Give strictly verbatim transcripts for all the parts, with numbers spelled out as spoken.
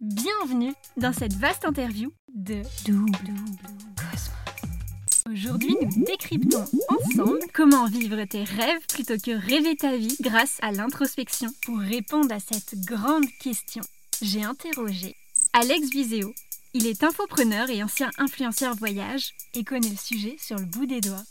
Bienvenue dans cette vaste interview de Double Cosmos. Aujourd'hui, nous décryptons ensemble comment vivre tes rêves plutôt que rêver ta vie grâce à l'introspection. Pour répondre à cette grande question, j'ai interrogé Alex Viseo. Il est infopreneur et ancien influenceur voyage et connaît le sujet sur le bout des doigts.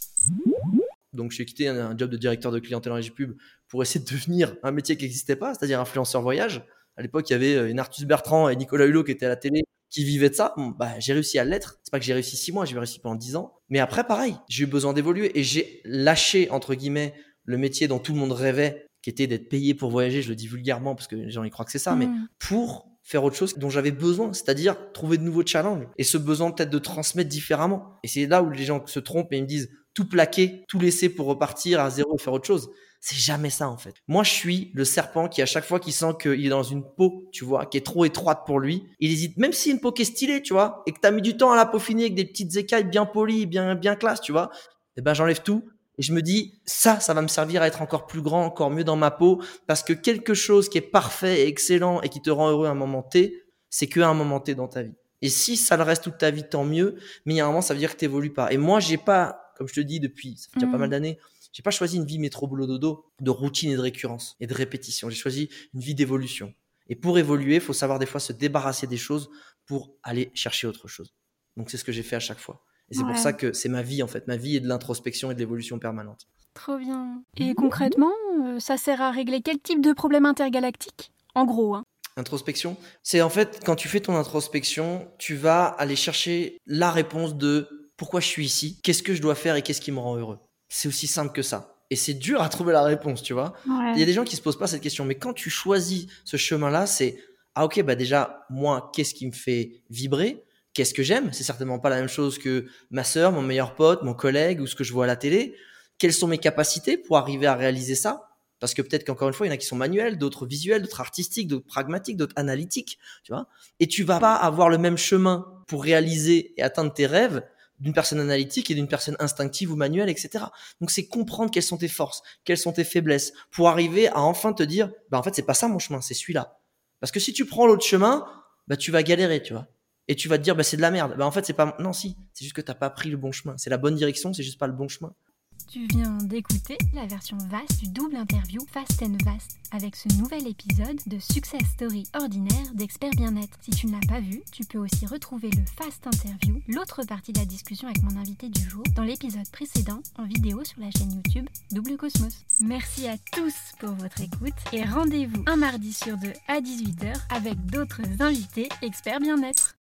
Donc, j'ai quitté un, un job de directeur de clientèle en régie pub pour essayer de devenir un métier qui n'existait pas, c'est-à-dire influenceur voyage. À l'époque, il y avait une Arthus Bertrand et Nicolas Hulot qui étaient à la télé, qui vivaient de ça. Bon, bah, j'ai réussi à l'être. C'est pas que j'ai réussi six mois, j'ai réussi pendant dix ans. Mais après, pareil, j'ai eu besoin d'évoluer et j'ai lâché, entre guillemets, le métier dont tout le monde rêvait, qui était d'être payé pour voyager. Je le dis vulgairement parce que les gens y croient que c'est ça, mmh. mais pour faire autre chose dont j'avais besoin, c'est-à-dire trouver de nouveaux challenges et ce besoin peut-être de transmettre différemment. Et c'est là où les gens se trompent et ils me disent tout plaquer, tout laisser pour repartir à zéro et faire autre chose. C'est jamais ça en fait. Moi, je suis le serpent qui, à chaque fois qu'il sent qu'il est dans une peau, tu vois, qui est trop étroite pour lui, il hésite. Même si une peau qui est stylée, tu vois, et que t'as mis du temps à la peaufiner avec des petites écailles bien polies, bien, bien classe, tu vois, eh ben, j'enlève tout. Et je me dis, ça, ça va me servir à être encore plus grand, encore mieux dans ma peau, parce que quelque chose qui est parfait et excellent et qui te rend heureux à un moment T, c'est qu'à un moment T dans ta vie. Et si ça le reste toute ta vie, tant mieux, mais il y a un moment, ça veut dire que t'évolues pas. Et moi, j'ai pas, comme je te dis depuis, ça fait déjà mmh. pas mal d'années, j'ai pas choisi une vie métro boulot dodo, de routine et de récurrence et de répétition. J'ai choisi une vie d'évolution. Et pour évoluer, il faut savoir des fois se débarrasser des choses pour aller chercher autre chose. Donc, c'est ce que j'ai fait à chaque fois. Et c'est ouais. pour ça que c'est ma vie, en fait. Ma vie est de l'introspection et de l'évolution permanente. Trop bien. Et concrètement, ça sert à régler quel type de problème intergalactique ? En gros, hein. Introspection, c'est en fait, quand tu fais ton introspection, tu vas aller chercher la réponse de pourquoi je suis ici, qu'est-ce que je dois faire et qu'est-ce qui me rend heureux. C'est aussi simple que ça. Et c'est dur à trouver la réponse, tu vois. Ouais. Il y a des gens qui se posent pas cette question. Mais quand tu choisis ce chemin-là, c'est « Ah ok, bah déjà, moi, qu'est-ce qui me fait vibrer ? Qu'est-ce que j'aime ? C'est certainement pas la même chose que ma sœur, mon meilleur pote, mon collègue ou ce que je vois à la télé. Quelles sont mes capacités pour arriver à réaliser ça ? Parce que peut-être qu'encore une fois, il y en a qui sont manuels, d'autres visuels, d'autres artistiques, d'autres pragmatiques, d'autres analytiques, tu vois. Et tu vas pas avoir le même chemin pour réaliser et atteindre tes rêves d'une personne analytique et d'une personne instinctive ou manuelle, et cetera. Donc, c'est comprendre quelles sont tes forces, quelles sont tes faiblesses, pour arriver à enfin te dire, bah en fait, c'est pas ça mon chemin, c'est celui-là. Parce que si tu prends l'autre chemin, bah tu vas galérer, tu vois. Et tu vas te dire, bah c'est de la merde. Bah en fait, c'est pas, non si, c'est juste que t'as pas pris le bon chemin. C'est la bonne direction, c'est juste pas le bon chemin. Tu viens d'écouter la version vaste du double interview Fast and Vast avec ce nouvel épisode de Success Story ordinaire d'Expert Bien-être. Si tu ne l'as pas vu, tu peux aussi retrouver le Fast Interview, l'autre partie de la discussion avec mon invité du jour, dans l'épisode précédent en vidéo sur la chaîne YouTube Double Cosmos. Merci à tous pour votre écoute et rendez-vous un mardi sur deux à dix-huit heures avec d'autres invités Experts Bien-être.